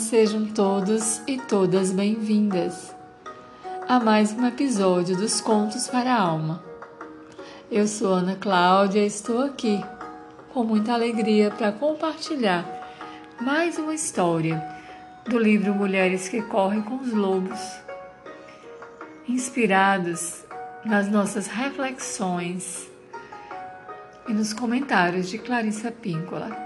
sejam todos e todas bem-vindas a mais um episódio dos Contos para a Alma. Eu sou Ana Cláudia e estou aqui com muita alegria para compartilhar mais uma história do livro Mulheres que Correm com os Lobos, inspirados nas nossas reflexões e nos comentários de Clarissa Píncola.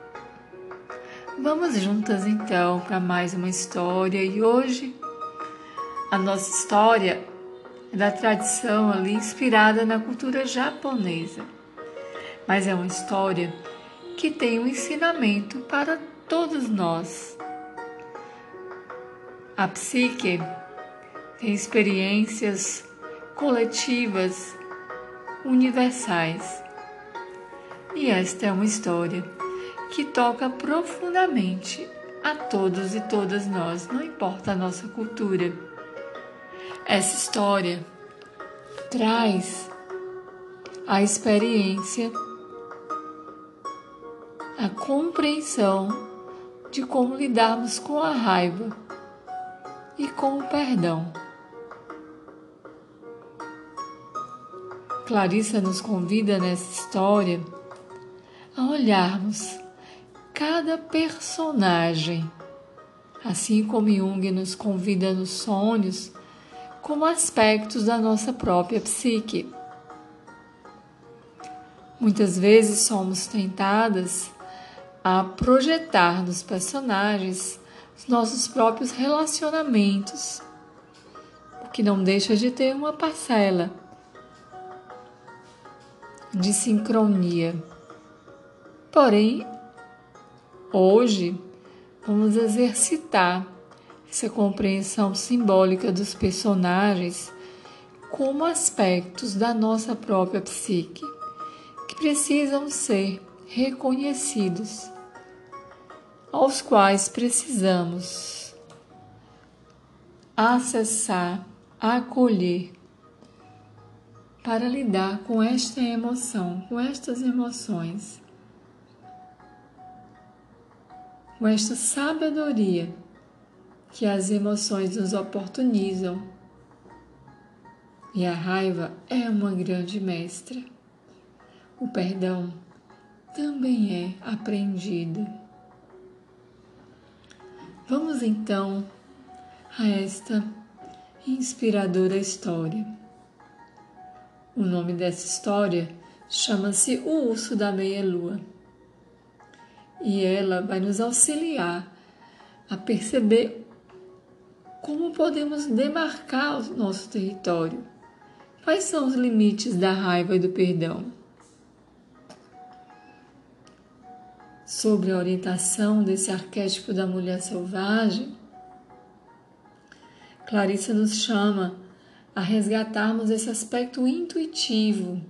Vamos juntas então para mais uma história e hoje a nossa história é da tradição ali inspirada na cultura japonesa, mas é uma história que tem um ensinamento para todos nós. A psique tem experiências coletivas universais e esta é uma história que toca profundamente a todos e todas nós, não importa a nossa cultura. Essa história traz a experiência, a compreensão de como lidarmos com a raiva e com o perdão. Clarissa nos convida nessa história a olharmos cada personagem, assim como Jung nos convida nos sonhos, como aspectos da nossa própria psique. Muitas vezes somos tentadas a projetar nos personagens os nossos próprios relacionamentos, o que não deixa de ter uma parcela de sincronia. Porém, hoje, vamos exercitar essa compreensão simbólica dos personagens como aspectos da nossa própria psique, que precisam ser reconhecidos, aos quais precisamos acessar, acolher, para lidar com esta emoção, com estas emoções, com esta sabedoria que as emoções nos oportunizam. E a raiva é uma grande mestra. O perdão também é aprendido. Vamos então a esta inspiradora história. O nome dessa história chama-se O Urso da Meia-Lua. E ela vai nos auxiliar a perceber como podemos demarcar o nosso território. Quais são os limites da raiva e do perdão? Sobre a orientação desse arquétipo da mulher selvagem, Clarissa nos chama a resgatarmos esse aspecto intuitivo,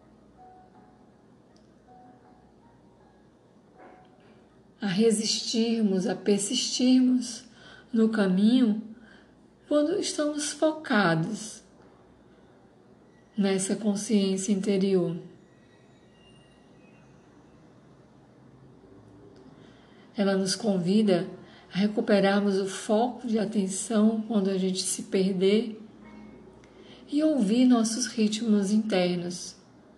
a resistirmos, a persistirmos no caminho quando estamos focados nessa consciência interior. Ela nos convida a recuperarmos o foco de atenção quando a gente se perder e ouvir nossos ritmos internos.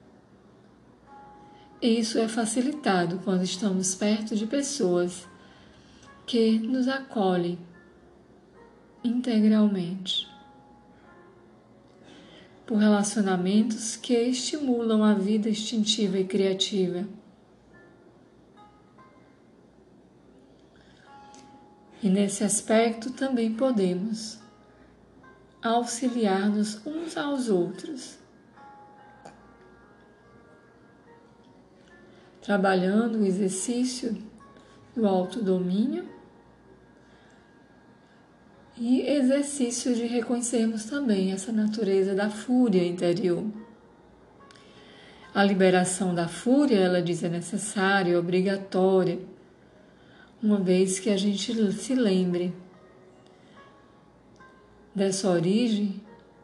Isso é facilitado quando estamos perto de pessoas que nos acolhem integralmente, por relacionamentos que estimulam a vida instintiva e criativa. E nesse aspecto também podemos auxiliar-nos uns aos outros, trabalhando o exercício do autodomínio e exercício de reconhecermos também essa natureza da fúria interior. A liberação da fúria, ela diz, é necessária, é obrigatória, uma vez que a gente se lembre dessa origem.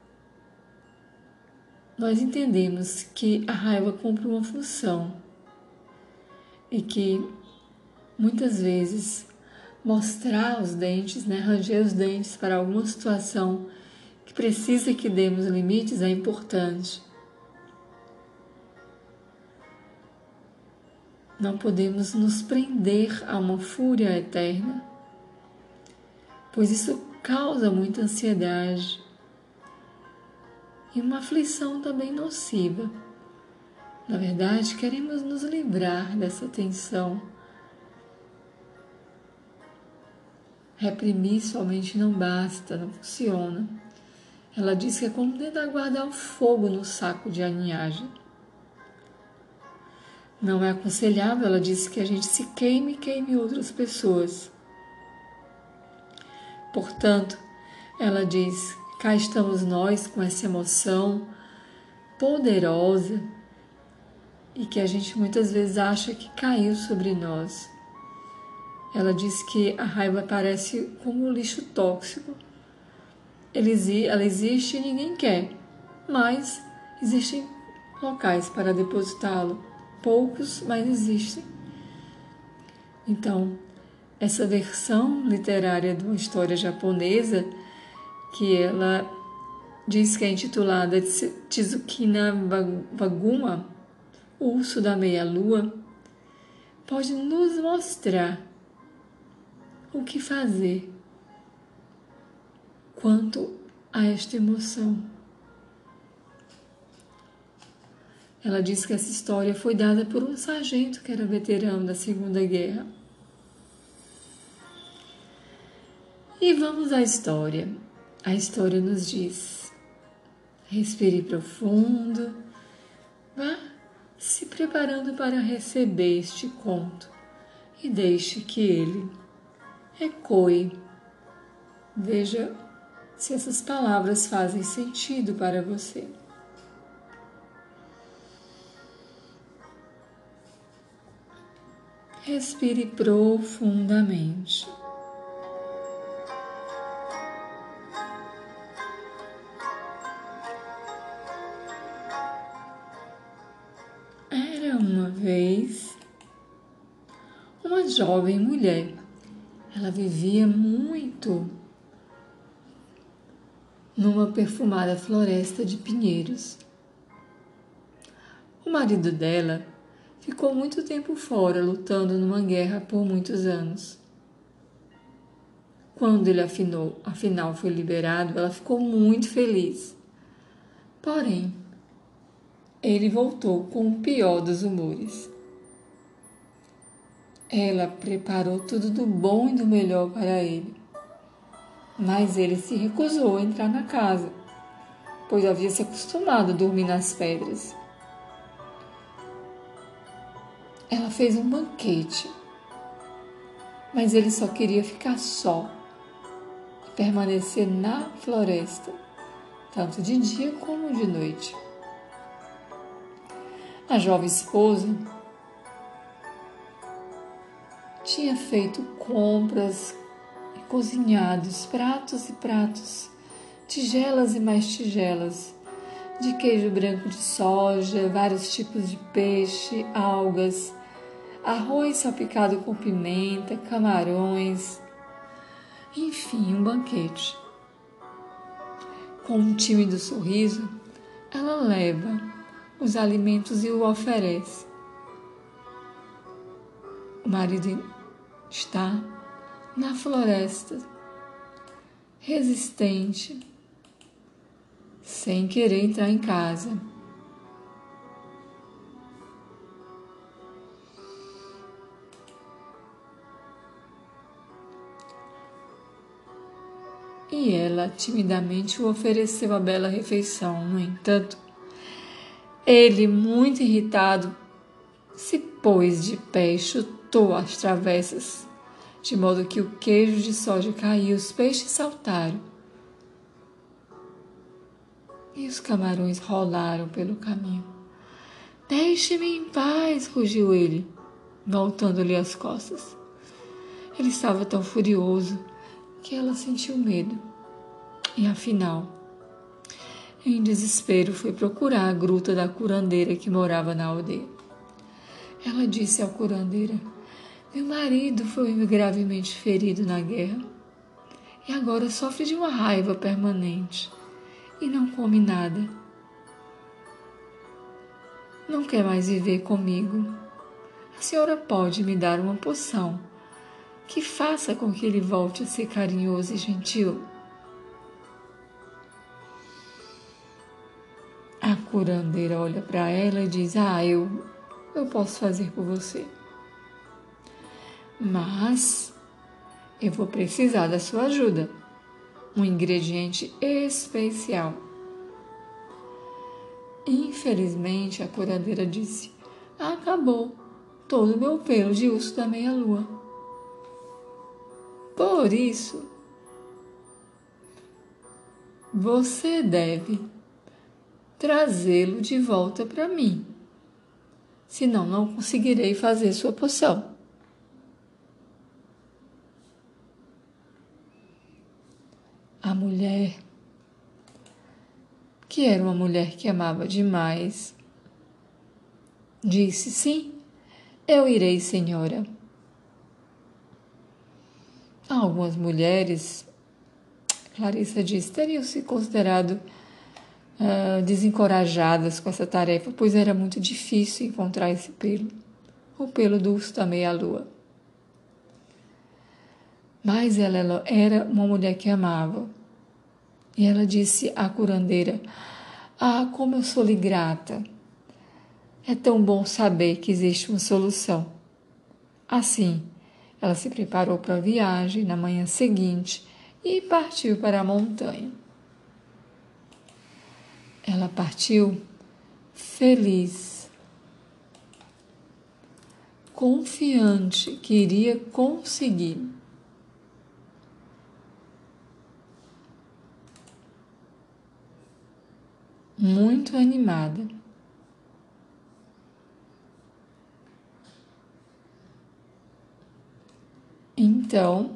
Nós entendemos que a raiva cumpre uma função e que muitas vezes mostrar os dentes, ranger os dentes para alguma situação que precisa que demos limites é importante. Não podemos nos prender a uma fúria eterna, pois isso causa muita ansiedade e uma aflição também nociva. Na verdade, queremos nos livrar dessa tensão. Reprimir somente não basta, não funciona. Ela diz que é como tentar guardar o fogo no saco de aninhagem. Não é aconselhável, ela disse, que a gente se queime e queime outras pessoas. Portanto, ela diz, cá estamos nós com essa emoção poderosa e que a gente muitas vezes acha que caiu sobre nós. Ela diz que a raiva parece como um lixo tóxico. Ela existe e ninguém quer, mas existem locais para depositá-lo. Poucos, mas existem. Então, essa versão literária de uma história japonesa, que ela diz que é intitulada Tsukina Waguma, o urso da meia-lua, pode nos mostrar o que fazer quanto a esta emoção. Ela diz que essa história foi dada por um sargento que era veterano da Segunda Guerra. E vamos à história. A história nos diz: respire profundo, vá se preparando para receber este conto e deixe que ele ecoe. Veja se essas palavras fazem sentido para você. Respire profundamente. Era uma vez uma jovem mulher. Ela vivia muito numa perfumada floresta de pinheiros. O marido dela ficou muito tempo fora, lutando numa guerra por muitos anos. Quando ele afinal foi liberado, ela ficou muito feliz. Porém, ele voltou com o pior dos humores. Ela preparou tudo do bom e do melhor para ele, mas ele se recusou a entrar na casa, pois havia se acostumado a dormir nas pedras. Ela fez um banquete, mas ele só queria ficar só e permanecer na floresta, tanto de dia como de noite. A jovem esposa tinha feito compras e cozinhado pratos e pratos, tigelas e mais tigelas, de queijo branco de soja, vários tipos de peixe, algas, arroz salpicado com pimenta, camarões, enfim, um banquete. Com um tímido sorriso, ela leva os alimentos e o oferece. O marido está na floresta, resistente, sem querer entrar em casa. E ela timidamente o ofereceu a bela refeição. No entanto, ele, muito irritado, se pôs de pé e chutou as travessas, de modo que o queijo de soja caiu, os peixes saltaram e os camarões rolaram pelo caminho. "Deixe-me em paz", rugiu ele, voltando-lhe as costas. Ele estava tão furioso que ela sentiu medo e, afinal, em desespero, foi procurar a gruta da curandeira que morava na aldeia. Ela disse à curandeira: Meu marido foi gravemente ferido na guerra e agora sofre de uma raiva permanente e não come nada. Não quer mais viver comigo. A senhora pode me dar uma poção que faça com que ele volte a ser carinhoso e gentil? A curandeira olha para ela e diz: eu posso fazer por você. Mas eu vou precisar da sua ajuda. Um ingrediente especial. Infelizmente, a curandeira disse: acabou todo o meu pelo de urso da meia-lua. Por isso, você deve trazê-lo de volta para mim. Senão, não conseguirei fazer sua poção. A mulher, que era uma mulher que amava demais, disse: sim, eu irei, senhora. Algumas mulheres, Clarissa disse, teriam se considerado desencorajadas com essa tarefa, pois era muito difícil encontrar esse pelo, o pelo do urso da meia-lua. Mas ela era uma mulher que amava. E ela disse à curandeira: como eu sou lhe grata. É tão bom saber que existe uma solução. Assim, ela se preparou para a viagem na manhã seguinte e partiu para a montanha. Ela partiu feliz, confiante que iria conseguir. Muito animada. Então,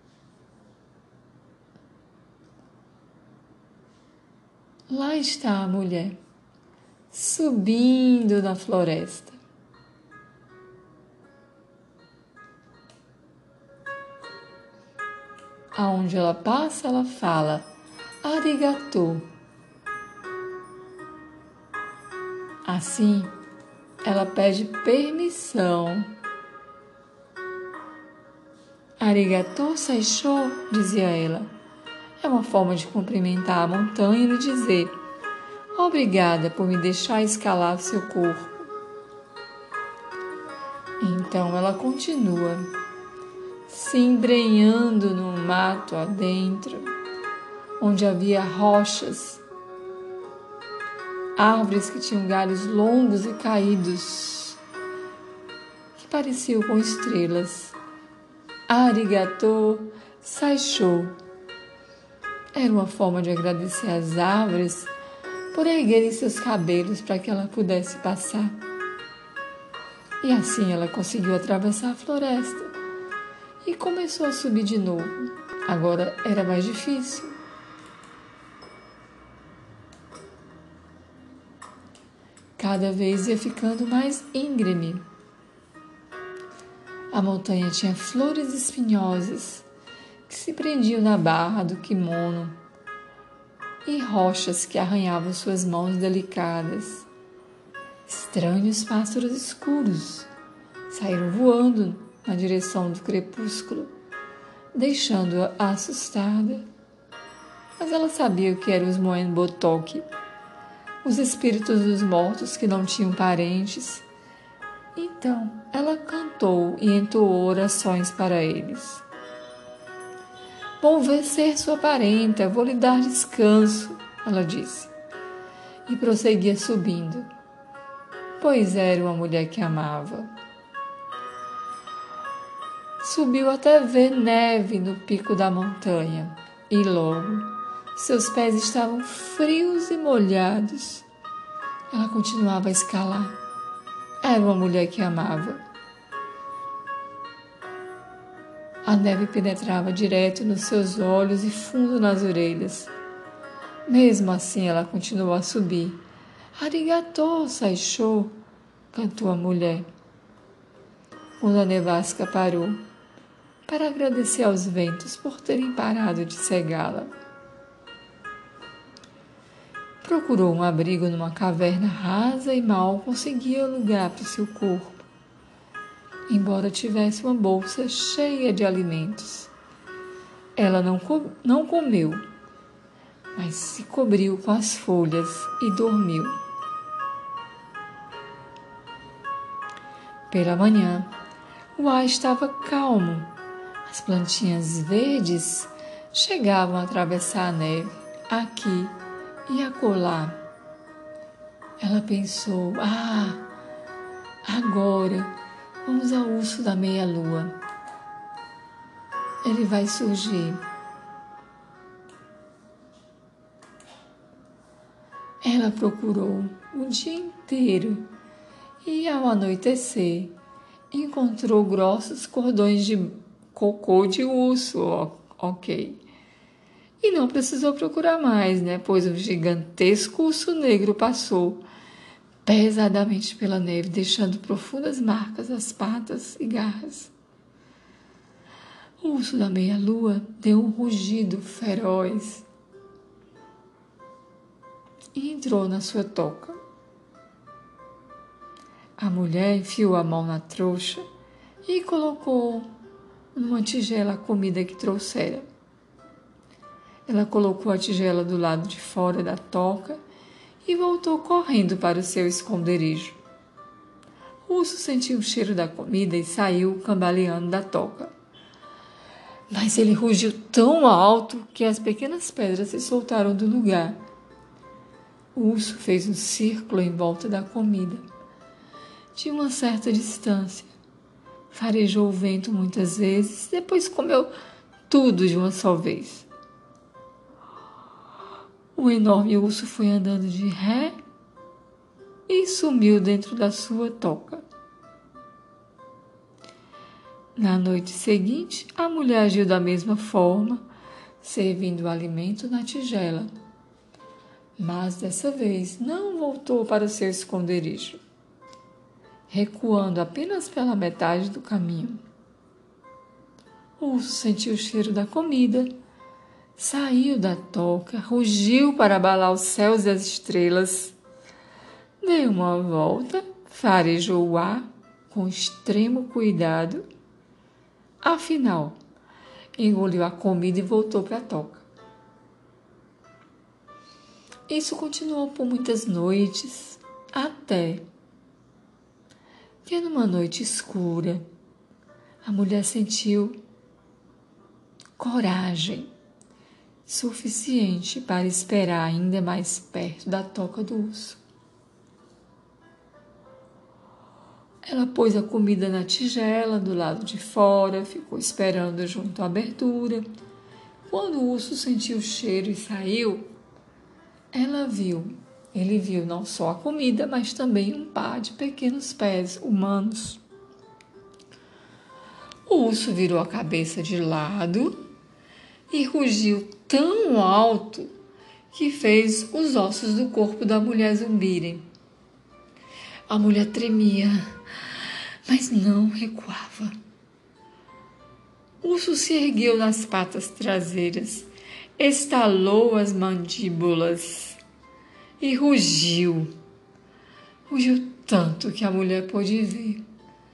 lá está a mulher, subindo na floresta. Aonde ela passa, ela fala: arigatô. Assim, ela pede permissão. Arigatô saishō, dizia ela. É uma forma de cumprimentar a montanha e lhe dizer: obrigada por me deixar escalar seu corpo. Então ela continua, se embrenhando no mato adentro, onde havia rochas, árvores que tinham galhos longos e caídos, que pareciam com estrelas. Arigatô saishō. Era uma forma de agradecer às árvores por erguerem seus cabelos para que ela pudesse passar. E assim ela conseguiu atravessar a floresta e começou a subir de novo. Agora era mais difícil. Cada vez ia ficando mais íngreme. A montanha tinha flores espinhosas que se prendiam na barra do quimono e rochas que arranhavam suas mãos delicadas. Estranhos pássaros escuros saíram voando na direção do crepúsculo, deixando-a assustada. Mas ela sabia o que eram os Moen Botoque, os espíritos dos mortos que não tinham parentes. Então ela cantou e entoou orações para eles. Vou vencer sua parenta, vou lhe dar descanso, ela disse. E prosseguia subindo, pois era uma mulher que amava. Subiu até ver neve no pico da montanha e logo seus pés estavam frios e molhados. Ela continuava a escalar. Era uma mulher que amava. A neve penetrava direto nos seus olhos e fundo nas orelhas. Mesmo assim, ela continuou a subir. Arigatô saishō, cantou a mulher. quando a nevasca parou, para agradecer aos ventos por terem parado de cegá-la. Procurou um abrigo numa caverna rasa e mal conseguia lugar para o seu corpo, embora tivesse uma bolsa cheia de alimentos. Ela não comeu, mas se cobriu com as folhas e dormiu. Pela manhã, o ar estava calmo. As plantinhas verdes chegavam a atravessar a neve, aqui e acolá. Ela pensou: agora vamos ao urso da meia-lua. Ele vai surgir. Ela procurou o dia inteiro e, ao anoitecer, encontrou grossos cordões de cocô de urso, ok. E não precisou procurar mais, pois um gigantesco urso negro passou pesadamente pela neve, deixando profundas marcas às patas e garras. O urso da meia-lua deu um rugido feroz e entrou na sua toca. A mulher enfiou a mão na trouxa e colocou numa tigela a comida que trouxera. Ela colocou a tigela do lado de fora da toca e voltou correndo para o seu esconderijo. O urso sentiu o cheiro da comida e saiu cambaleando da toca. Mas ele rugiu tão alto que as pequenas pedras se soltaram do lugar. O urso fez um círculo em volta da comida. De uma certa distância, farejou o vento muitas vezes, depois comeu tudo de uma só vez. O enorme urso foi andando de ré e sumiu dentro da sua toca. Na noite seguinte, a mulher agiu da mesma forma, servindo o alimento na tigela. Mas dessa vez não voltou para o seu esconderijo, recuando apenas pela metade do caminho. O urso sentiu o cheiro da comida, saiu da toca, rugiu para abalar os céus e as estrelas, deu uma volta, farejou o ar com extremo cuidado. Afinal, engoliu a comida e voltou para a toca. Isso continuou por muitas noites, até que numa noite escura, a mulher sentiu coragem suficiente para esperar ainda mais perto da toca do urso. Ela pôs a comida na tigela do lado de fora, ficou esperando junto à abertura. Quando o urso sentiu o cheiro e saiu, ele viu não só a comida, mas também um par de pequenos pés humanos. O urso virou a cabeça de lado e rugiu tão alto que fez os ossos do corpo da mulher zumbirem. A mulher tremia, mas não recuava. O urso se ergueu nas patas traseiras, estalou as mandíbulas e rugiu. Rugiu tanto que a mulher pôde ver.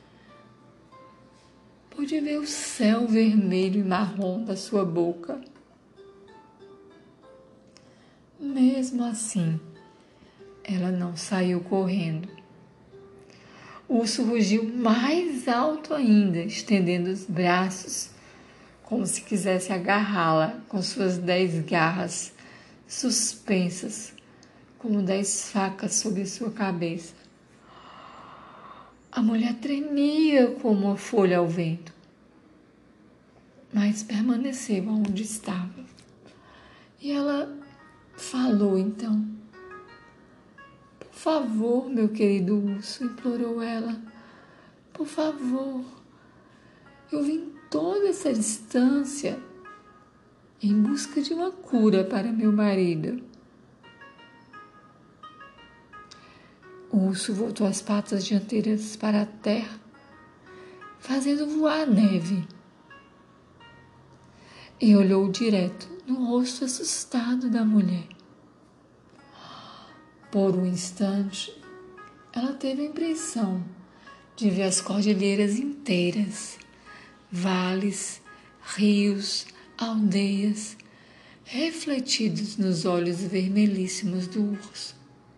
Pôde ver o céu vermelho e marrom da sua boca. Mesmo assim, ela não saiu correndo. O urso rugiu mais alto ainda, estendendo os braços, como se quisesse agarrá-la com suas 10 garras suspensas, como 10 facas sobre sua cabeça. A mulher tremia como uma folha ao vento, mas permaneceu onde estava. E ela falou então: "Por favor, meu querido urso", implorou ela. "Por favor, eu vim toda essa distância em busca de uma cura para meu marido." O urso voltou as patas dianteiras para a terra, fazendo voar a neve. E olhou direto no rosto assustado da mulher. Por um instante, ela teve a impressão de ver as cordilheiras inteiras, vales, rios, aldeias, refletidos nos olhos vermelhíssimos do urso.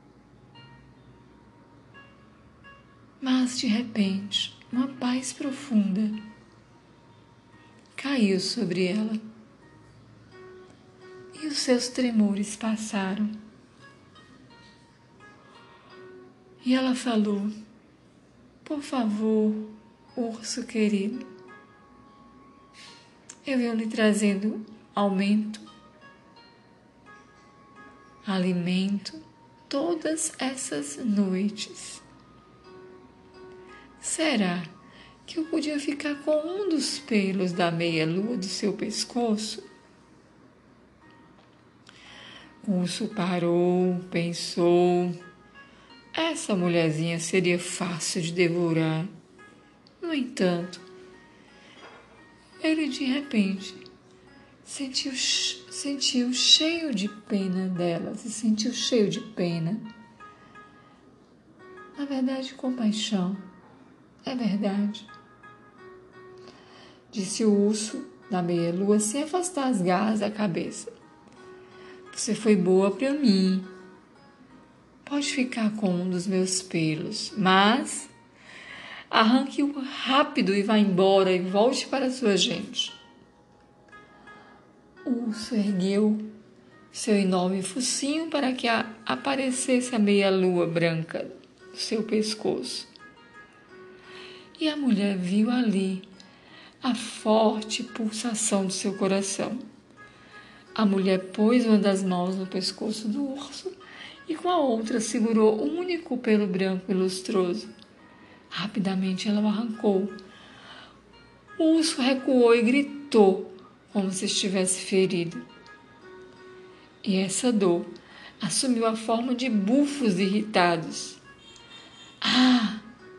Mas, de repente, uma paz profunda caiu sobre ela e os seus tremores passaram. E ela falou: por favor, urso querido, eu venho lhe trazendo aumento, alimento, todas essas noites. Será que eu podia ficar com um dos pelos da meia-lua do seu pescoço? O urso parou, pensou. Essa mulherzinha seria fácil de devorar. No entanto, ele de repente sentiu cheio de pena dela, se sentiu cheio de pena. Na verdade, compaixão. É verdade. Disse o urso da meia-lua sem afastar as garras da cabeça. Você foi boa para mim. Pode ficar com um dos meus pelos, mas arranque-o rápido e vá embora e volte para sua gente. O urso ergueu seu enorme focinho para que aparecesse a meia-lua branca do seu pescoço. E a mulher viu ali a forte pulsação do seu coração. A mulher pôs uma das mãos no pescoço do urso e com a outra segurou o único pelo branco e lustroso. Rapidamente ela o arrancou. O urso recuou e gritou como se estivesse ferido. E essa dor assumiu a forma de bufos irritados. Ah!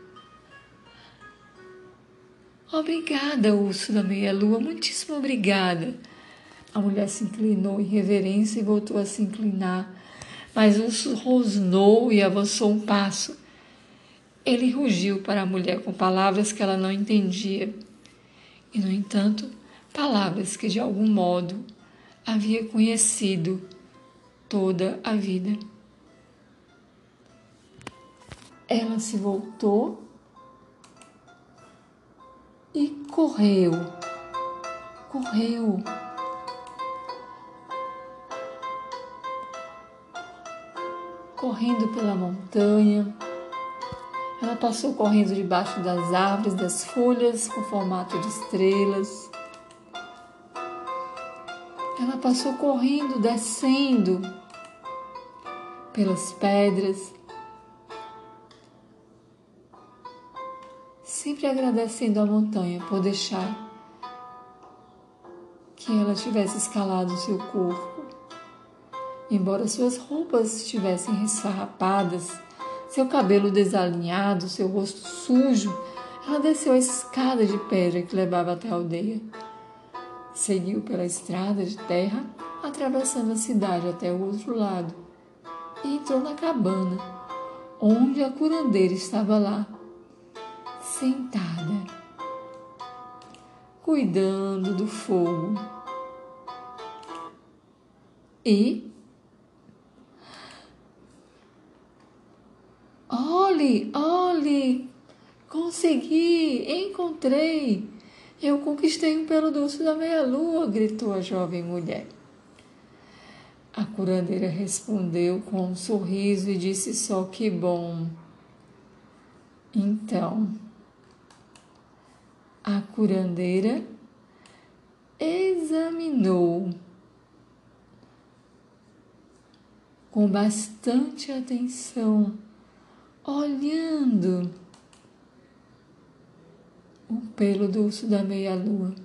Obrigada, urso da meia-lua, muitíssimo obrigada. A mulher se inclinou em reverência e voltou a se inclinar, mas o urso rosnou e avançou um passo. Ele rugiu para a mulher com palavras que ela não entendia. E, no entanto, palavras que de algum modo havia conhecido toda a vida. Ela se voltou e correu, correndo pela montanha. Ela passou correndo debaixo das árvores, das folhas com formato de estrelas. Ela passou correndo, descendo pelas pedras, sempre agradecendo a montanha por deixar que ela tivesse escalado o seu corpo. Embora suas roupas estivessem esfarrapadas, seu cabelo desalinhado, seu rosto sujo, ela desceu a escada de pedra que levava até a aldeia. Seguiu pela estrada de terra, atravessando a cidade até o outro lado, e entrou na cabana, onde a curandeira estava lá, sentada, cuidando do fogo. E olhe, consegui, encontrei. Eu conquistei um pelo do urso da meia-lua, gritou a jovem mulher. A curandeira respondeu com um sorriso e disse só que bom. Então, a curandeira examinou com bastante atenção, olhando o pelo do urso da meia-lua.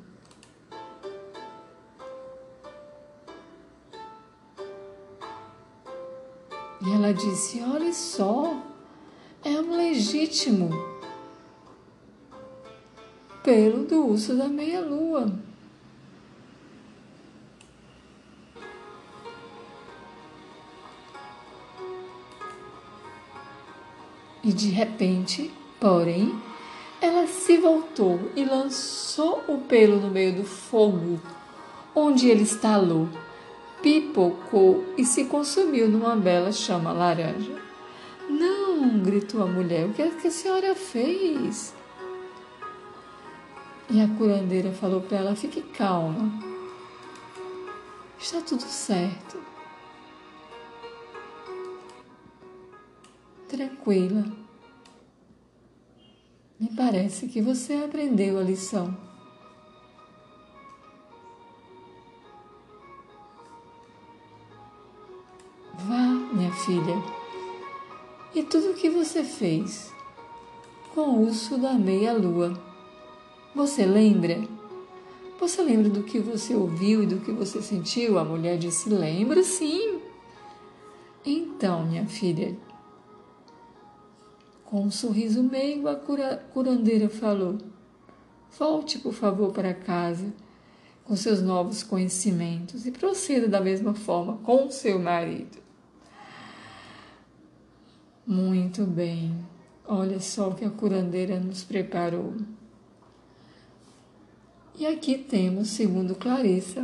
E ela disse: olha só, é um legítimo pelo do urso da meia-lua. E de repente, porém, ela se voltou e lançou o pelo no meio do fogo, onde ele estalou, pipocou e se consumiu numa bela chama laranja. Não, gritou a mulher, o que é que a senhora fez? E a curandeira falou para ela, fique calma, está tudo certo, tranquila. Me parece que você aprendeu a lição. Vá, minha filha. E tudo o que você fez com o urso da meia-lua? Você lembra? Você lembra do que você ouviu e do que você sentiu? A mulher disse, lembro sim. Então, minha filha, com um sorriso meigo, a curandeira falou, volte, por favor, para casa com seus novos conhecimentos e proceda da mesma forma com seu marido. Muito bem. Olha só o que a curandeira nos preparou. E aqui temos, segundo Clarissa,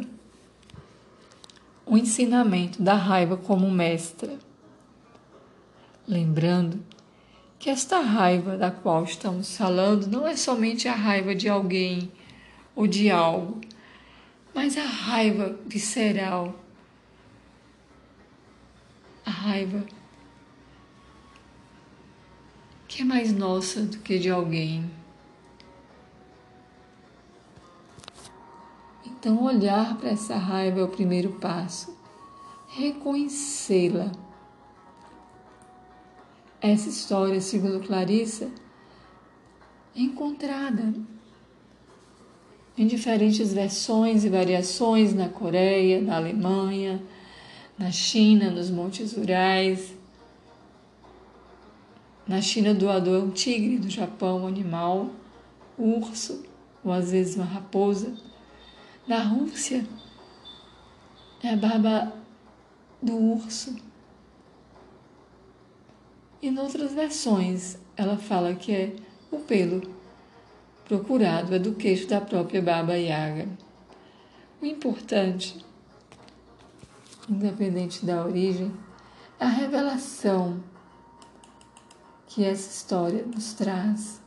o ensinamento da raiva como mestra. Lembrando que esta raiva da qual estamos falando não é somente a raiva de alguém ou de algo, mas a raiva visceral, a raiva que é mais nossa do que de alguém. Então, olhar para essa raiva é o primeiro passo. Reconhecê-la. Essa história, segundo Clarissa, é encontrada em diferentes versões e variações na Coreia, na Alemanha, na China, nos Montes Urais. Na China, o doador é um tigre, do Japão, um animal, o urso, ou às vezes uma raposa. Na Rússia, é a barba do urso. E em outras versões, ela fala que é o pelo procurado, é do queixo da própria Baba Yaga. O importante, independente da origem, é a revelação que essa história nos traz.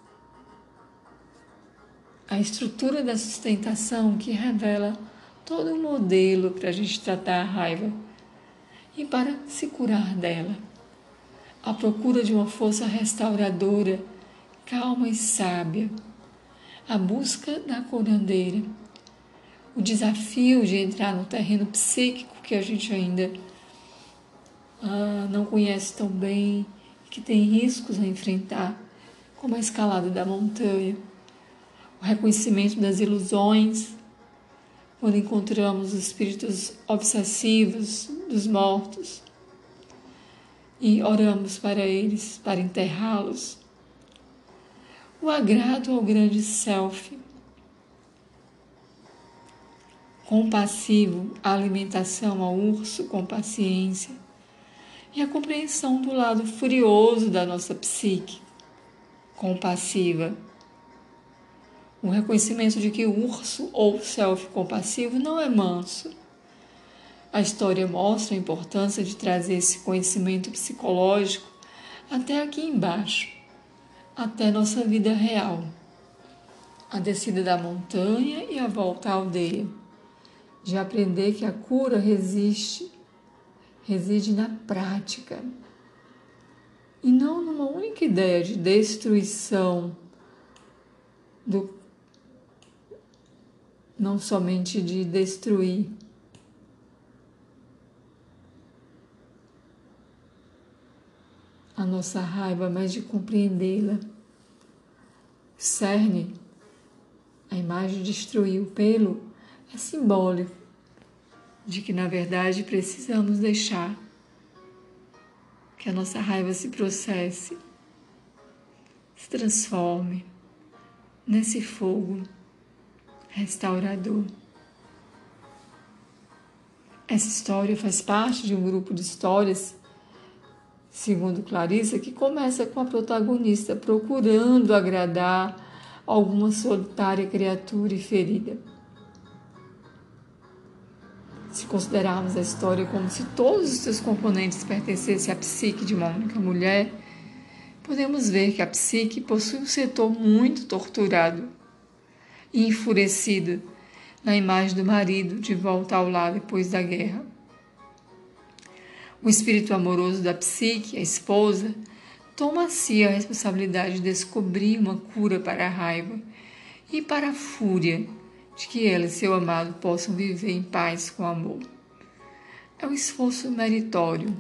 A estrutura da sustentação que revela todo um modelo para a gente tratar a raiva e para se curar dela. A procura de uma força restauradora, calma e sábia. A busca da curandeira. O desafio de entrar no terreno psíquico que a gente ainda não conhece tão bem, que tem riscos a enfrentar, como a escalada da montanha. O reconhecimento das ilusões, quando encontramos os espíritos obsessivos dos mortos e oramos para eles, para enterrá-los. O agrado ao grande self, compassivo, a alimentação ao urso com paciência e a compreensão do lado furioso da nossa psique, compassiva. O reconhecimento de que o urso ou self compassivo não é manso. A história mostra a importância de trazer esse conhecimento psicológico até aqui embaixo, até nossa vida real. A descida da montanha e a volta à aldeia. De aprender que a cura reside na prática. E não numa única ideia de destruição, não somente de destruir, a nossa raiva, mas de compreendê-la. O cerne, a imagem de destruir o pelo, é simbólico de que, na verdade, precisamos deixar que a nossa raiva se processe, se transforme nesse fogo restaurador. Essa história faz parte de um grupo de histórias, segundo Clarissa, que começa com a protagonista procurando agradar alguma solitária criatura e ferida. Se considerarmos a história como se todos os seus componentes pertencessem à psique de uma única mulher, podemos ver que a psique possui um setor muito torturado e enfurecido na imagem do marido de volta ao lar depois da guerra. O espírito amoroso da psique, a esposa, toma a si a responsabilidade de descobrir uma cura para a raiva e para a fúria de que ela e seu amado possam viver em paz com amor. É um esforço meritório.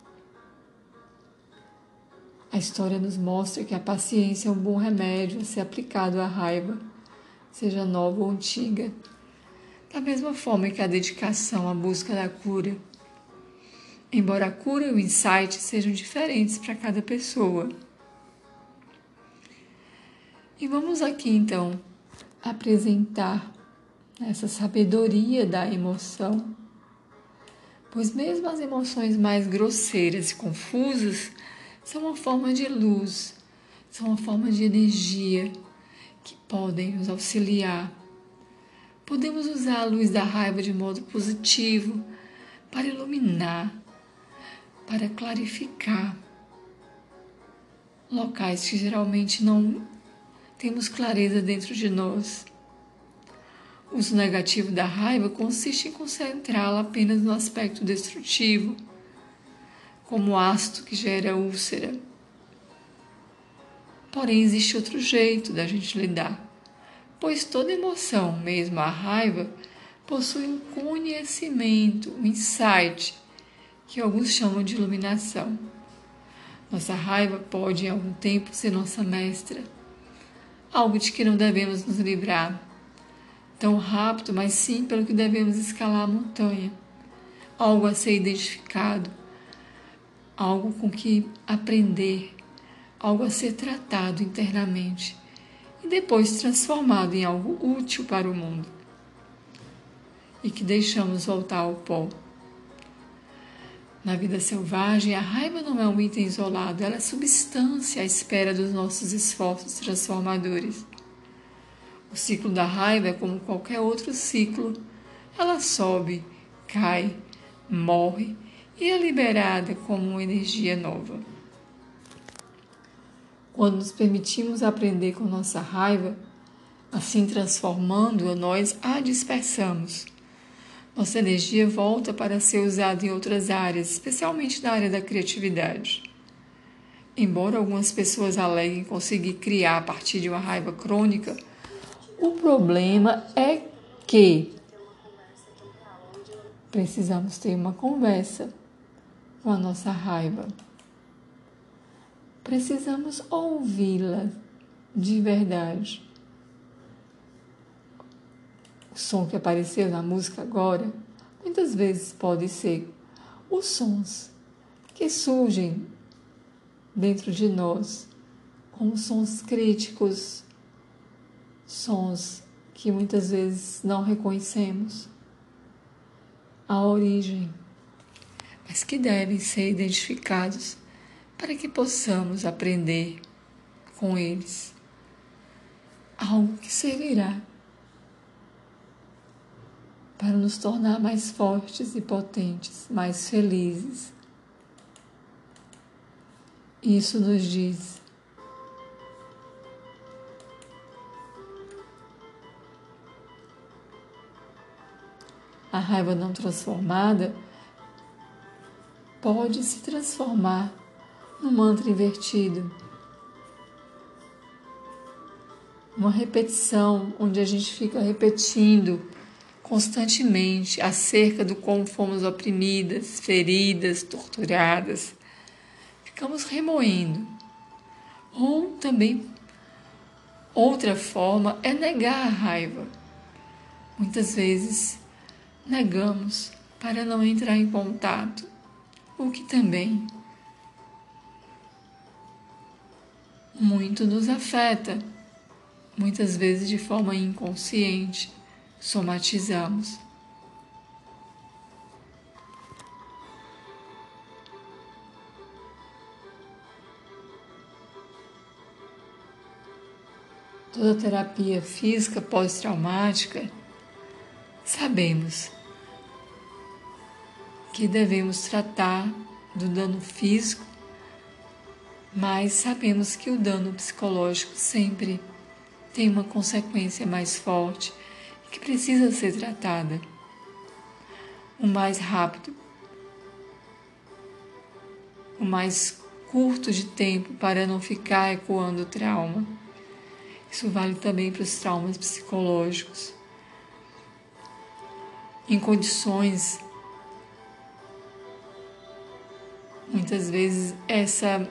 A história nos mostra que a paciência é um bom remédio a ser aplicado à raiva, seja nova ou antiga, da mesma forma que a dedicação à busca da cura. Embora a cura e o insight sejam diferentes para cada pessoa. E vamos aqui então apresentar essa sabedoria da emoção, pois mesmo as emoções mais grosseiras e confusas são uma forma de luz, são uma forma de energia que podem nos auxiliar. Podemos usar a luz da raiva de modo positivo para iluminar, para clarificar locais que geralmente não temos clareza dentro de nós. O uso negativo da raiva consiste em concentrá-la apenas no aspecto destrutivo, como o ácido que gera úlcera. Porém, existe outro jeito da gente lidar, pois toda emoção, mesmo a raiva, possui um conhecimento, um insight, que alguns chamam de iluminação. Nossa raiva pode, em algum tempo, ser nossa mestra, algo de que não devemos nos livrar tão rápido, mas sim pelo que devemos escalar a montanha, algo a ser identificado, algo com que aprender, algo a ser tratado internamente e depois transformado em algo útil para o mundo e que deixamos voltar ao pó. Na vida selvagem, a raiva não é um item isolado, ela é substância à espera dos nossos esforços transformadores. O ciclo da raiva é como qualquer outro ciclo. Ela sobe, cai, morre e é liberada como uma energia nova. Quando nos permitimos aprender com nossa raiva, assim transformando-a, nós a dispersamos. Nossa energia volta para ser usada em outras áreas, especialmente na área da criatividade. Embora algumas pessoas aleguem conseguir criar a partir de uma raiva crônica, o problema é que precisamos ter uma conversa com a nossa raiva. Precisamos ouvi-la de verdade. O som que apareceu na música agora, muitas vezes pode ser os sons que surgem dentro de nós, como sons críticos, sons que muitas vezes não reconhecemos a origem, mas que devem ser identificados para que possamos aprender com eles algo que servirá para nos tornar mais fortes e potentes, mais felizes. Isso nos diz a raiva não transformada pode se transformar num mantra invertido. Uma repetição onde a gente fica repetindo constantemente acerca do como fomos oprimidas, feridas, torturadas. Ficamos remoendo. Ou também, outra forma é negar a raiva. Muitas vezes negamos para não entrar em contato, o que também muito nos afeta, muitas vezes de forma inconsciente, somatizamos. Toda terapia física pós-traumática, sabemos que devemos tratar do dano físico, mas sabemos que o dano psicológico sempre tem uma consequência mais forte e que precisa ser tratada o mais rápido, o mais curto de tempo para não ficar ecoando o trauma. Isso vale também para os traumas psicológicos. Em condições, muitas vezes, essa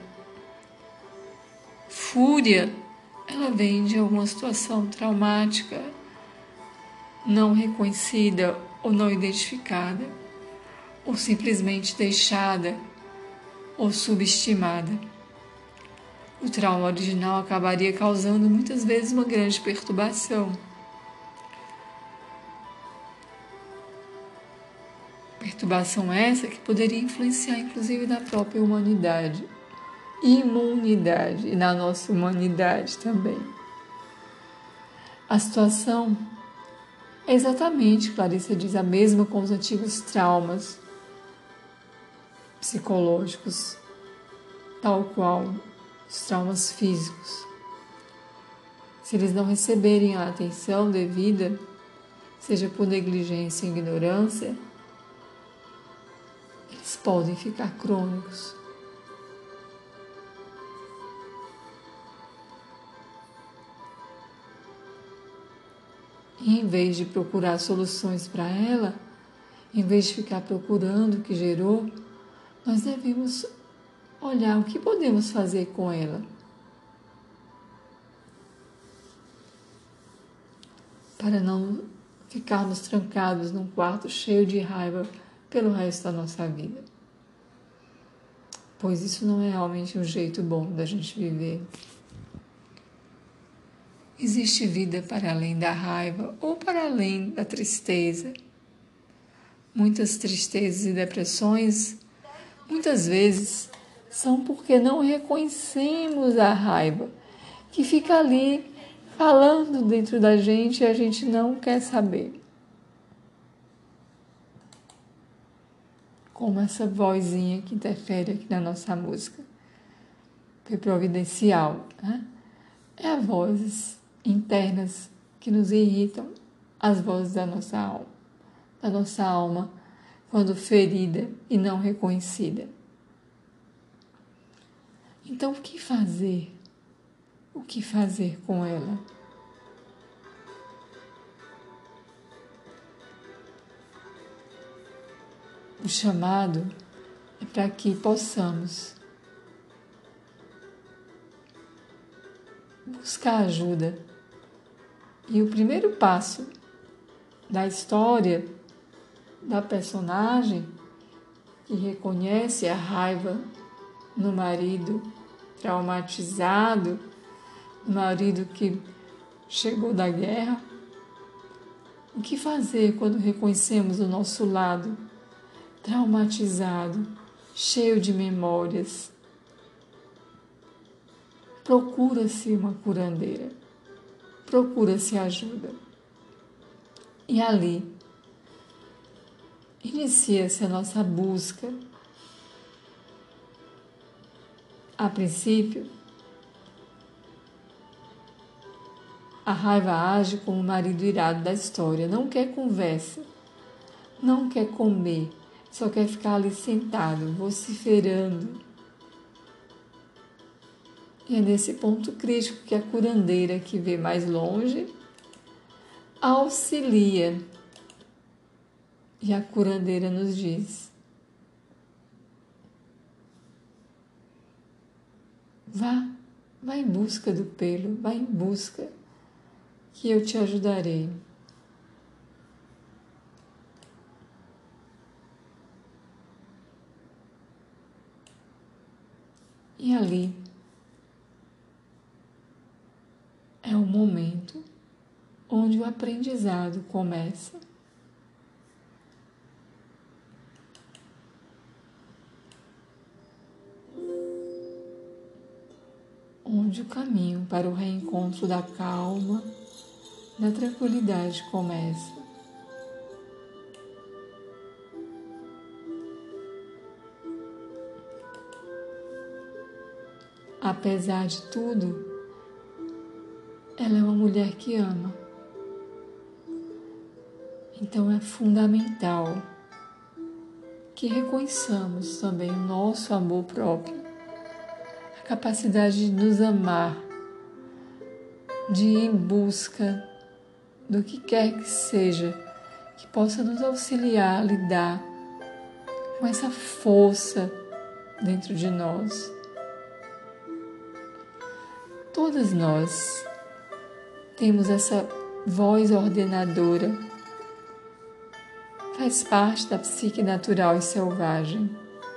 fúria, ela vem de alguma situação traumática, não reconhecida ou não identificada, ou simplesmente deixada ou subestimada. O trauma original acabaria causando muitas vezes uma grande perturbação. Perturbação essa que poderia influenciar inclusive na própria humanidade, imunidade e na nossa humanidade também. A situação é exatamente, Clarissa diz, a mesma com os antigos traumas psicológicos, tal qual os traumas físicos. Se eles não receberem a atenção devida, seja por negligência ou ignorância, eles podem ficar crônicos. E em vez de procurar soluções para ela, em vez de ficar procurando o que gerou, nós devemos olhar o que podemos fazer com ela. Para não ficarmos trancados num quarto cheio de raiva pelo resto da nossa vida. Pois isso não é realmente um jeito bom da gente viver. Existe vida para além da raiva ou para além da tristeza. Muitas tristezas e depressões, muitas vezes, são porque não reconhecemos a raiva, que fica ali falando dentro da gente e a gente não quer saber. Como essa vozinha que interfere aqui na nossa música. Foi providencial, né? É as vozes internas que nos irritam, as vozes da nossa alma, quando ferida e não reconhecida. Então, o que fazer? O que fazer com ela? O chamado é para que possamos buscar ajuda. E o primeiro passo da história da personagem que reconhece a raiva no marido traumatizado, no marido que chegou da guerra. O que fazer quando reconhecemos o nosso lado traumatizado, cheio de memórias? Procura-se uma curandeira, procura-se ajuda. E ali inicia-se a nossa busca. A princípio, a raiva age como o marido irado da história, não quer conversa, não quer comer, só quer ficar ali sentado, vociferando. E é nesse ponto crítico que a curandeira, que vê mais longe, auxilia. E a curandeira nos diz: vá em busca do pelo, vá em busca, que eu te ajudarei. E ali é o momento onde o aprendizado começa. Onde o caminho para o reencontro da calma, da tranquilidade começa. Apesar de tudo, ela é uma mulher que ama. Então é fundamental que reconheçamos também o nosso amor próprio, a capacidade de nos amar, de ir em busca do que quer que seja, que possa nos auxiliar a lidar com essa força dentro de nós. Todas nós temos essa voz ordenadora, faz parte da psique natural e selvagem.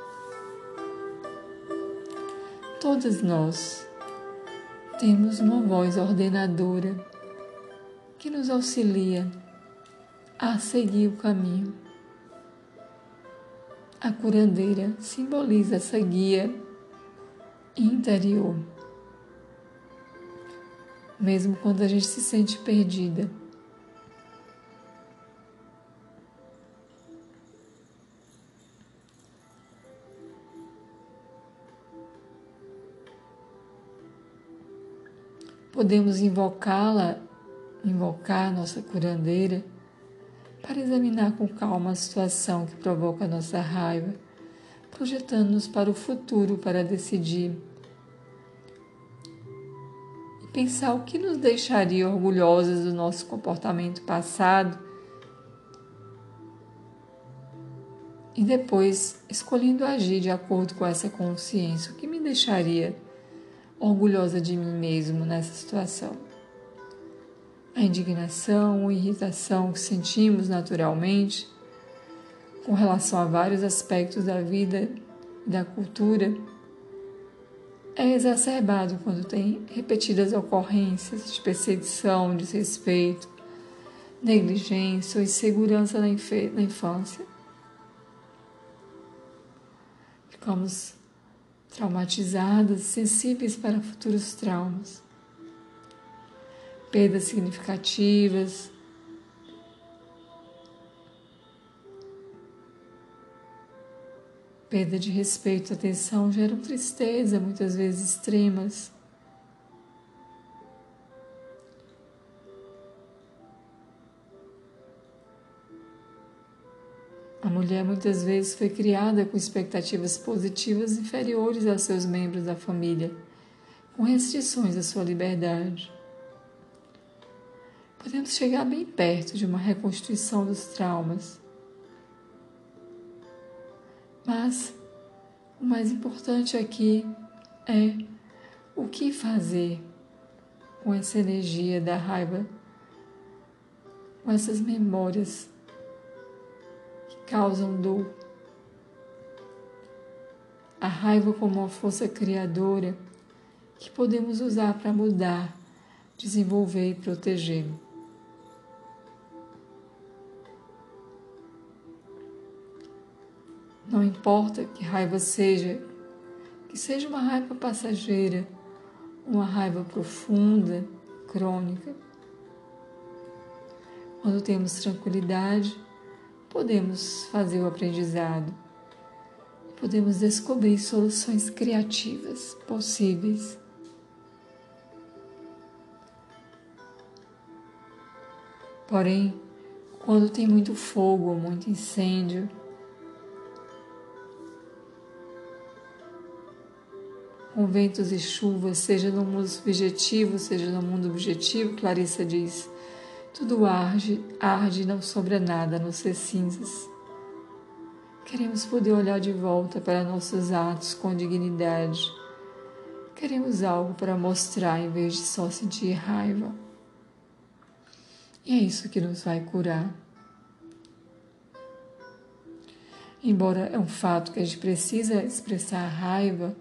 Todas nós temos uma voz ordenadora que nos auxilia a seguir o caminho. A curandeira simboliza essa guia interior. Mesmo quando a gente se sente perdida. Podemos invocar nossa curandeira para examinar com calma a situação que provoca a nossa raiva, projetando-nos para o futuro para decidir e pensar o que nos deixaria orgulhosas do nosso comportamento passado e depois escolhendo agir de acordo com essa consciência, o que me deixaria orgulhosa de mim mesmo nessa situação. A indignação ou irritação que sentimos naturalmente com relação a vários aspectos da vida e da cultura é exacerbado quando tem repetidas ocorrências de perseguição, desrespeito, negligência ou insegurança na infância. Ficamos traumatizadas e sensíveis para futuros traumas. Perdas significativas, perda de respeito e atenção geram tristeza, muitas vezes extremas. A mulher muitas vezes foi criada com expectativas positivas inferiores aos seus membros da família, com restrições à sua liberdade. Podemos chegar bem perto de uma reconstituição dos traumas. Mas o mais importante aqui é o que fazer com essa energia da raiva, com essas memórias que causam dor. A raiva como uma força criadora que podemos usar para mudar, desenvolver e proteger. Não importa que raiva seja, que seja uma raiva passageira, uma raiva profunda, crônica. Quando temos tranquilidade, podemos fazer o aprendizado, podemos descobrir soluções criativas possíveis. Porém, quando tem muito fogo, muito incêndio, com ventos e chuvas, seja no mundo subjetivo, seja no mundo objetivo, Clarissa diz, tudo arde e não sobra nada, a não ser cinzas. Queremos poder olhar de volta para nossos atos com dignidade. Queremos algo para mostrar em vez de só sentir raiva. E é isso que nos vai curar. Embora é um fato que a gente precisa expressar raiva,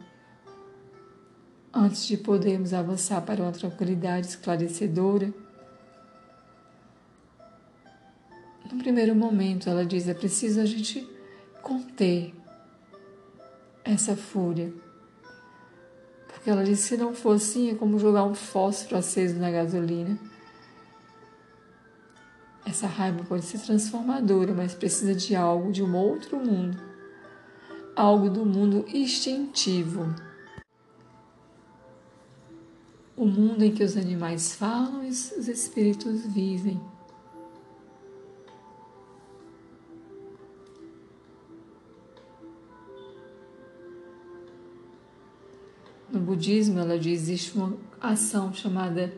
antes de podermos avançar para uma tranquilidade esclarecedora, No primeiro momento, ela diz, é preciso a gente conter essa fúria. Porque ela diz que se não for assim, é como jogar um fósforo aceso na gasolina. Essa raiva pode ser transformadora, mas precisa de algo de um outro mundo. Algo do mundo instintivo. O mundo em que os animais falam e os espíritos vivem. No budismo, ela diz, existe uma ação chamada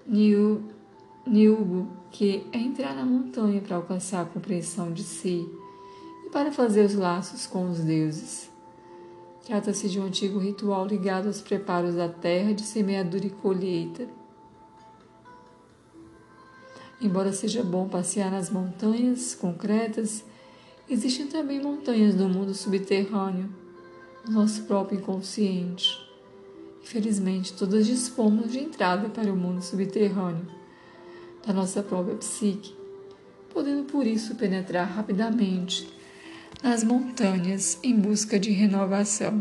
Nyugu, que é entrar na montanha para alcançar a compreensão de si e para fazer os laços com os deuses. Trata-se de um antigo ritual ligado aos preparos da terra de semeadura e colheita. Embora seja bom passear nas montanhas concretas, existem também montanhas do mundo subterrâneo, no nosso próprio inconsciente. Infelizmente, todas dispomos de entrada para o mundo subterrâneo da nossa própria psique, podendo por isso penetrar rapidamente nas montanhas em busca de renovação.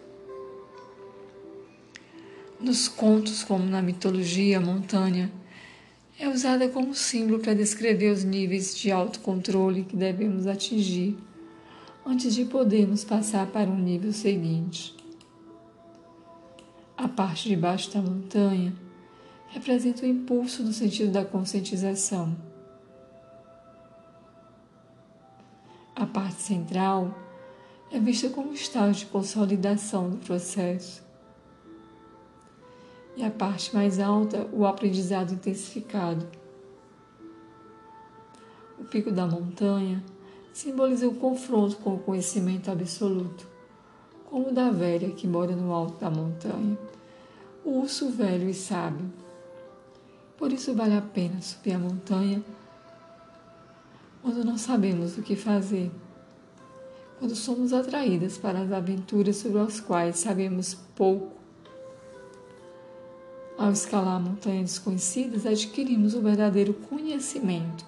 Nos contos, como na mitologia, a montanha é usada como símbolo para descrever os níveis de autocontrole que devemos atingir antes de podermos passar para um nível seguinte. A parte de baixo da montanha representa o impulso no sentido da conscientização. A parte central é vista como estágio de consolidação do processo. E a parte mais alta, o aprendizado intensificado. O pico da montanha simboliza o confronto com o conhecimento absoluto, como o da velha que mora no alto da montanha, o urso velho e sábio. Por isso vale a pena subir a montanha quando não sabemos o que fazer, quando somos atraídas para as aventuras sobre as quais sabemos pouco. Ao escalar montanhas desconhecidas, adquirimos o verdadeiro conhecimento.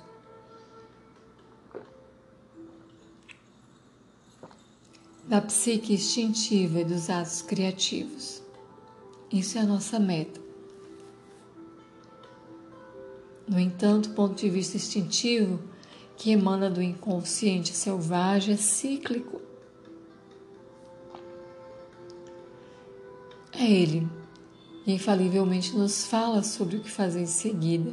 Da psique instintiva e dos atos criativos. Isso é a nossa meta. No entanto, o ponto de vista instintivo, que emana do inconsciente selvagem, é cíclico. É ele que infalivelmente nos fala sobre o que fazer em seguida.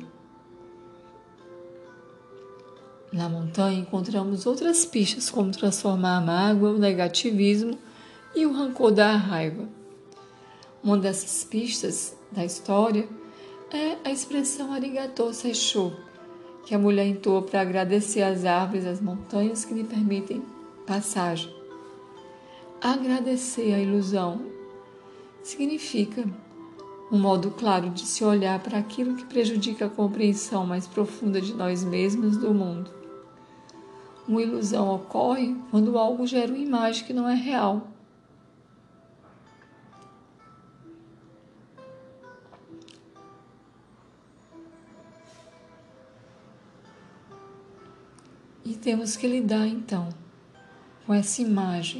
Na montanha encontramos outras pistas, como transformar a mágoa, o negativismo e o rancor da raiva. Uma dessas pistas da história é a expressão arigatou seishou, que a mulher entoa para agradecer às árvores e às montanhas que lhe permitem passagem. Agradecer a ilusão significa um modo claro de se olhar para aquilo que prejudica a compreensão mais profunda de nós mesmos do mundo. Uma ilusão ocorre quando algo gera uma imagem que não é real. E temos que lidar, então, com essa imagem,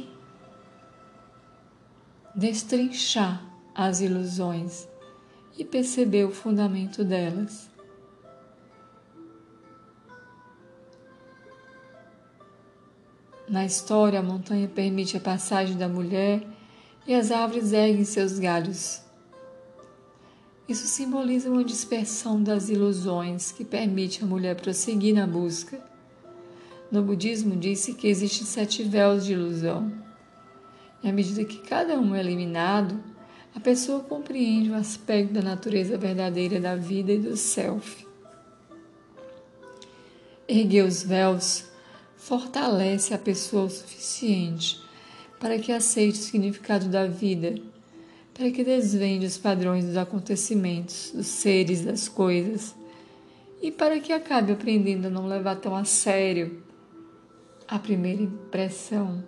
destrinchar as ilusões e perceber o fundamento delas. Na história, a montanha permite a passagem da mulher e as árvores erguem seus galhos. Isso simboliza uma dispersão das ilusões que permite a mulher prosseguir na busca. No budismo, disse que existem 7 véus de ilusão. E à medida que cada um é eliminado, a pessoa compreende o aspecto da natureza verdadeira da vida e do self. Erguer os véus fortalece a pessoa o suficiente para que aceite o significado da vida, para que desvende os padrões dos acontecimentos, dos seres, das coisas, e para que acabe aprendendo a não levar tão a sério a primeira impressão.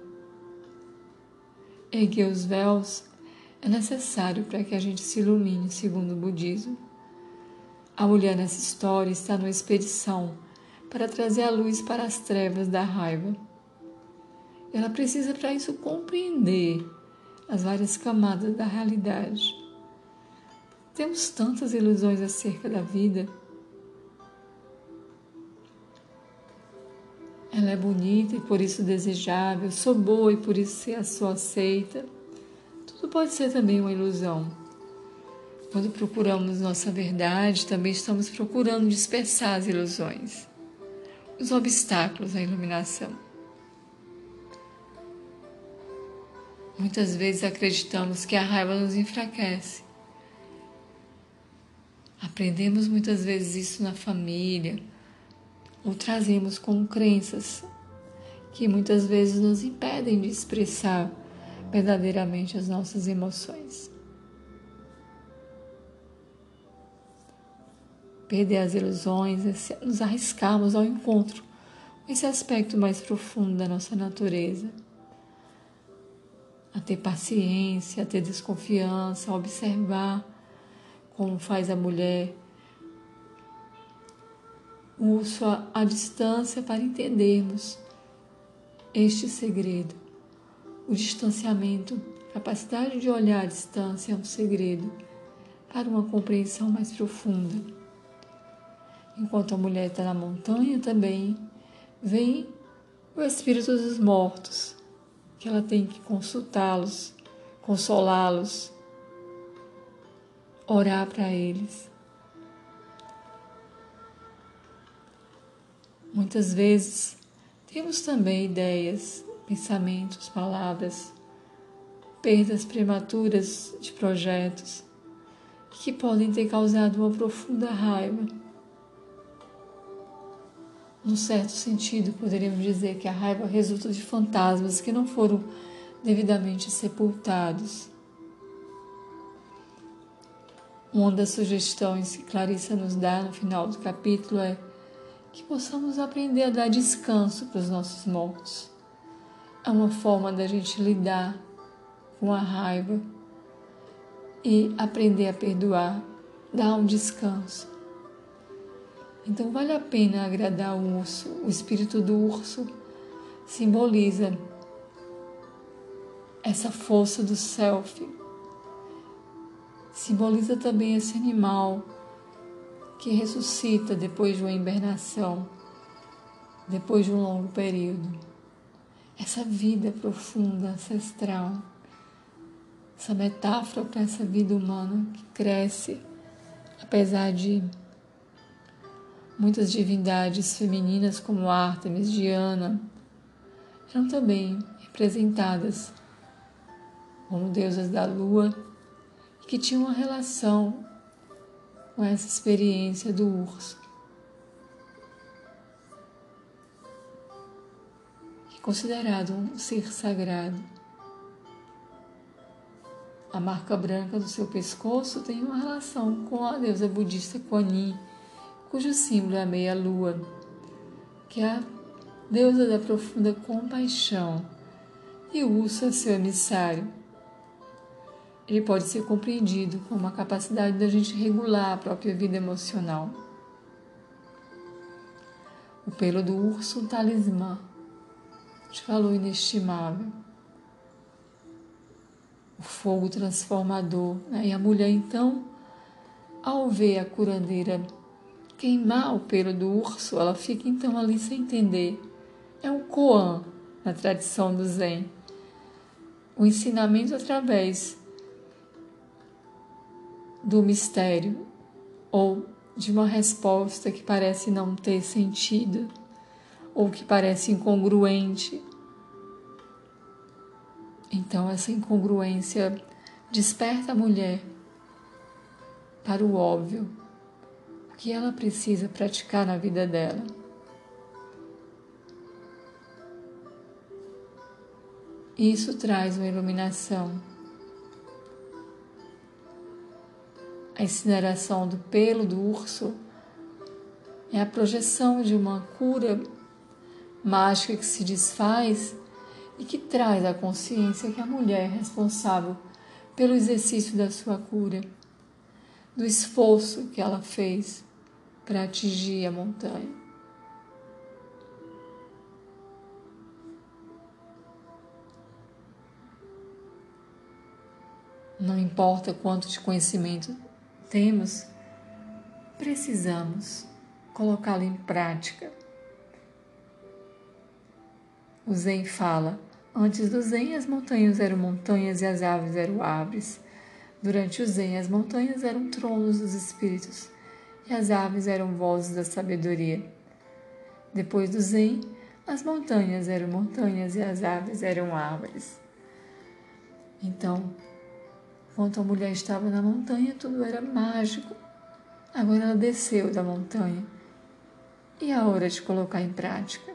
Erguer os véus é necessário para que a gente se ilumine, segundo o budismo. A mulher nessa história está numa expedição para trazer a luz para as trevas da raiva. Ela precisa, para isso, compreender as várias camadas da realidade. Temos tantas ilusões acerca da vida. Ela é bonita e por isso desejável, sou boa e por isso sou aceita. Tudo pode ser também uma ilusão. Quando procuramos nossa verdade, também estamos procurando dispersar as ilusões, os obstáculos à iluminação. Muitas vezes acreditamos que a raiva nos enfraquece. Aprendemos muitas vezes isso na família, ou trazemos como crenças que muitas vezes nos impedem de expressar verdadeiramente as nossas emoções. Perder as ilusões é nos arriscarmos ao encontro com esse aspecto mais profundo da nossa natureza. A ter paciência, a ter desconfiança, a observar como faz a mulher, o urso à distância para entendermos este segredo. O distanciamento, a capacidade de olhar à distância é um segredo para uma compreensão mais profunda. Enquanto a mulher está na montanha também, vem o espírito dos mortos, que ela tem que consultá-los, consolá-los, orar para eles. Muitas vezes temos também ideias, pensamentos, palavras, perdas prematuras de projetos que podem ter causado uma profunda raiva. Num certo sentido, poderíamos dizer que a raiva resulta de fantasmas que não foram devidamente sepultados. Uma das sugestões que Clarissa nos dá no final do capítulo é que possamos aprender a dar descanso para os nossos mortos. É uma forma da gente lidar com a raiva e aprender a perdoar, dar um descanso. Então vale a pena agradar o urso. O espírito do urso simboliza essa força do self. Simboliza também esse animal que ressuscita depois de uma hibernação, depois de um longo período. Essa vida profunda, ancestral, essa metáfora para essa vida humana que cresce, apesar de muitas divindades femininas como Ártemis, Diana, eram também representadas como deusas da lua e que tinham uma relação com essa experiência do urso, que é considerado um ser sagrado. A marca branca do seu pescoço tem uma relação com a deusa budista Kuan Yin, cujo símbolo é a meia-lua, que é a deusa da profunda compaixão, e o urso é seu emissário. Ele pode ser compreendido como a capacidade da gente regular a própria vida emocional. O pelo do urso, um talismã de valor inestimável. O fogo transformador. E a mulher, então, ao ver a curandeira queimar o pelo do urso, ela fica então ali sem entender. É um koan na tradição do Zen. O ensinamento através do mistério ou de uma resposta que parece não ter sentido ou que parece incongruente. Então essa incongruência desperta a mulher para o óbvio, que ela precisa praticar na vida dela. Isso traz uma iluminação. A incineração do pelo do urso é a projeção de uma cura mágica que se desfaz e que traz à consciência que a mulher é responsável pelo exercício da sua cura, do esforço que ela fez para atingir a montanha. Não importa quanto de conhecimento temos, precisamos colocá-lo em prática. O Zen fala: antes do Zen, as montanhas eram montanhas e as árvores eram árvores. Durante o Zen, as montanhas eram tronos dos espíritos e as árvores eram vozes da sabedoria. Depois do Zen, as montanhas eram montanhas e as árvores eram árvores. Então, enquanto a mulher estava na montanha, tudo era mágico. Agora ela desceu da montanha. E a hora de colocar em prática?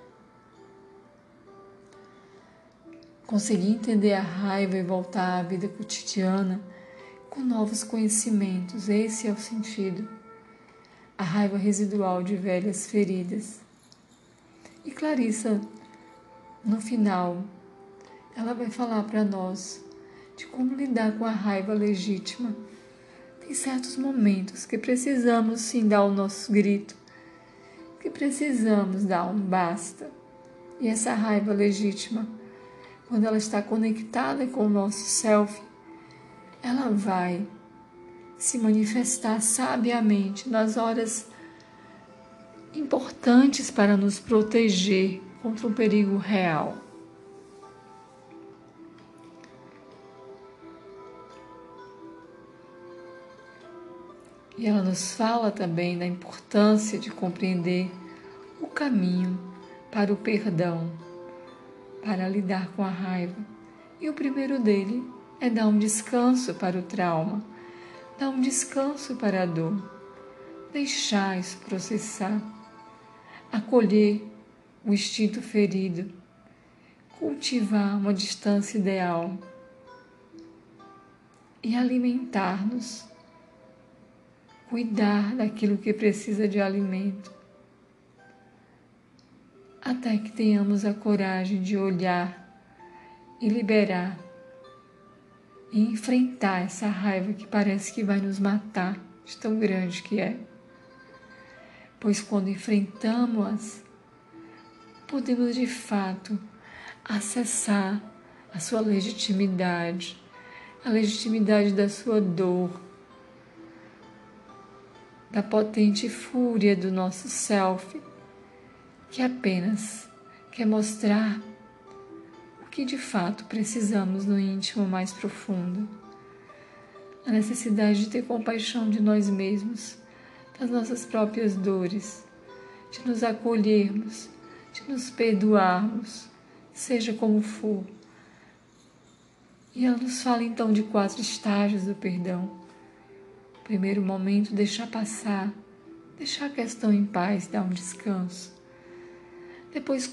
Conseguir entender a raiva e voltar à vida cotidiana com novos conhecimentos. Esse é o sentido. A raiva residual de velhas feridas. E Clarissa, no final, ela vai falar para nós de como lidar com a raiva legítima. Tem certos momentos que precisamos sim dar o nosso grito, que precisamos dar um basta. E essa raiva legítima, quando ela está conectada com o nosso self, ela vai se manifestar sabiamente nas horas importantes para nos proteger contra um perigo real. E ela nos fala também da importância de compreender o caminho para o perdão, para lidar com a raiva. E o primeiro dele é dar um descanso para o trauma, dar um descanso para a dor, deixar isso processar, acolher o instinto ferido, cultivar uma distância ideal e alimentar-nos. Cuidar daquilo que precisa de alimento, até que tenhamos a coragem de olhar e liberar e enfrentar essa raiva que parece que vai nos matar, de tão grande que é. Pois quando enfrentamos-as, podemos de fato acessar a sua legitimidade, a legitimidade da sua dor, da potente fúria do nosso self, que apenas quer mostrar o que de fato precisamos no íntimo mais profundo. A necessidade de ter compaixão de nós mesmos, das nossas próprias dores, de nos acolhermos, de nos perdoarmos, seja como for. E ela nos fala então de 4 estágios do perdão. Primeiro momento, deixar passar, deixar a questão em paz, dar um descanso. Depois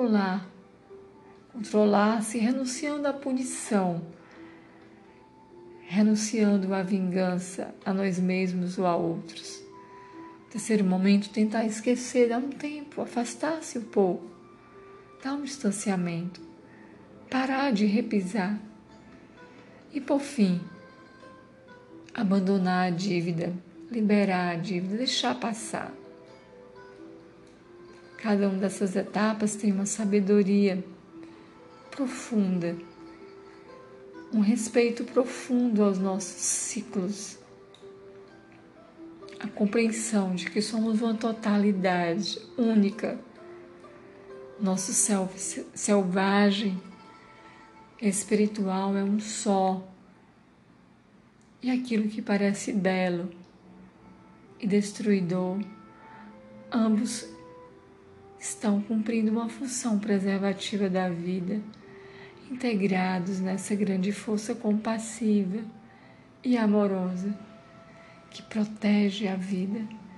controlar-se renunciando à punição, renunciando à vingança, a nós mesmos ou a outros. Terceiro momento, tentar esquecer, dar um tempo, afastar-se um pouco, dar um distanciamento, parar de repisar. E por fim, abandonar a dívida, liberar a dívida, deixar passar. Cada uma dessas etapas tem uma sabedoria profunda, um respeito profundo aos nossos ciclos, a compreensão de que somos uma totalidade única. Nosso self selvagem, espiritual é um só. E aquilo que parece belo e destruidor, ambos estão cumprindo uma função preservativa da vida, integrados nessa grande força compassiva e amorosa que protege a vida.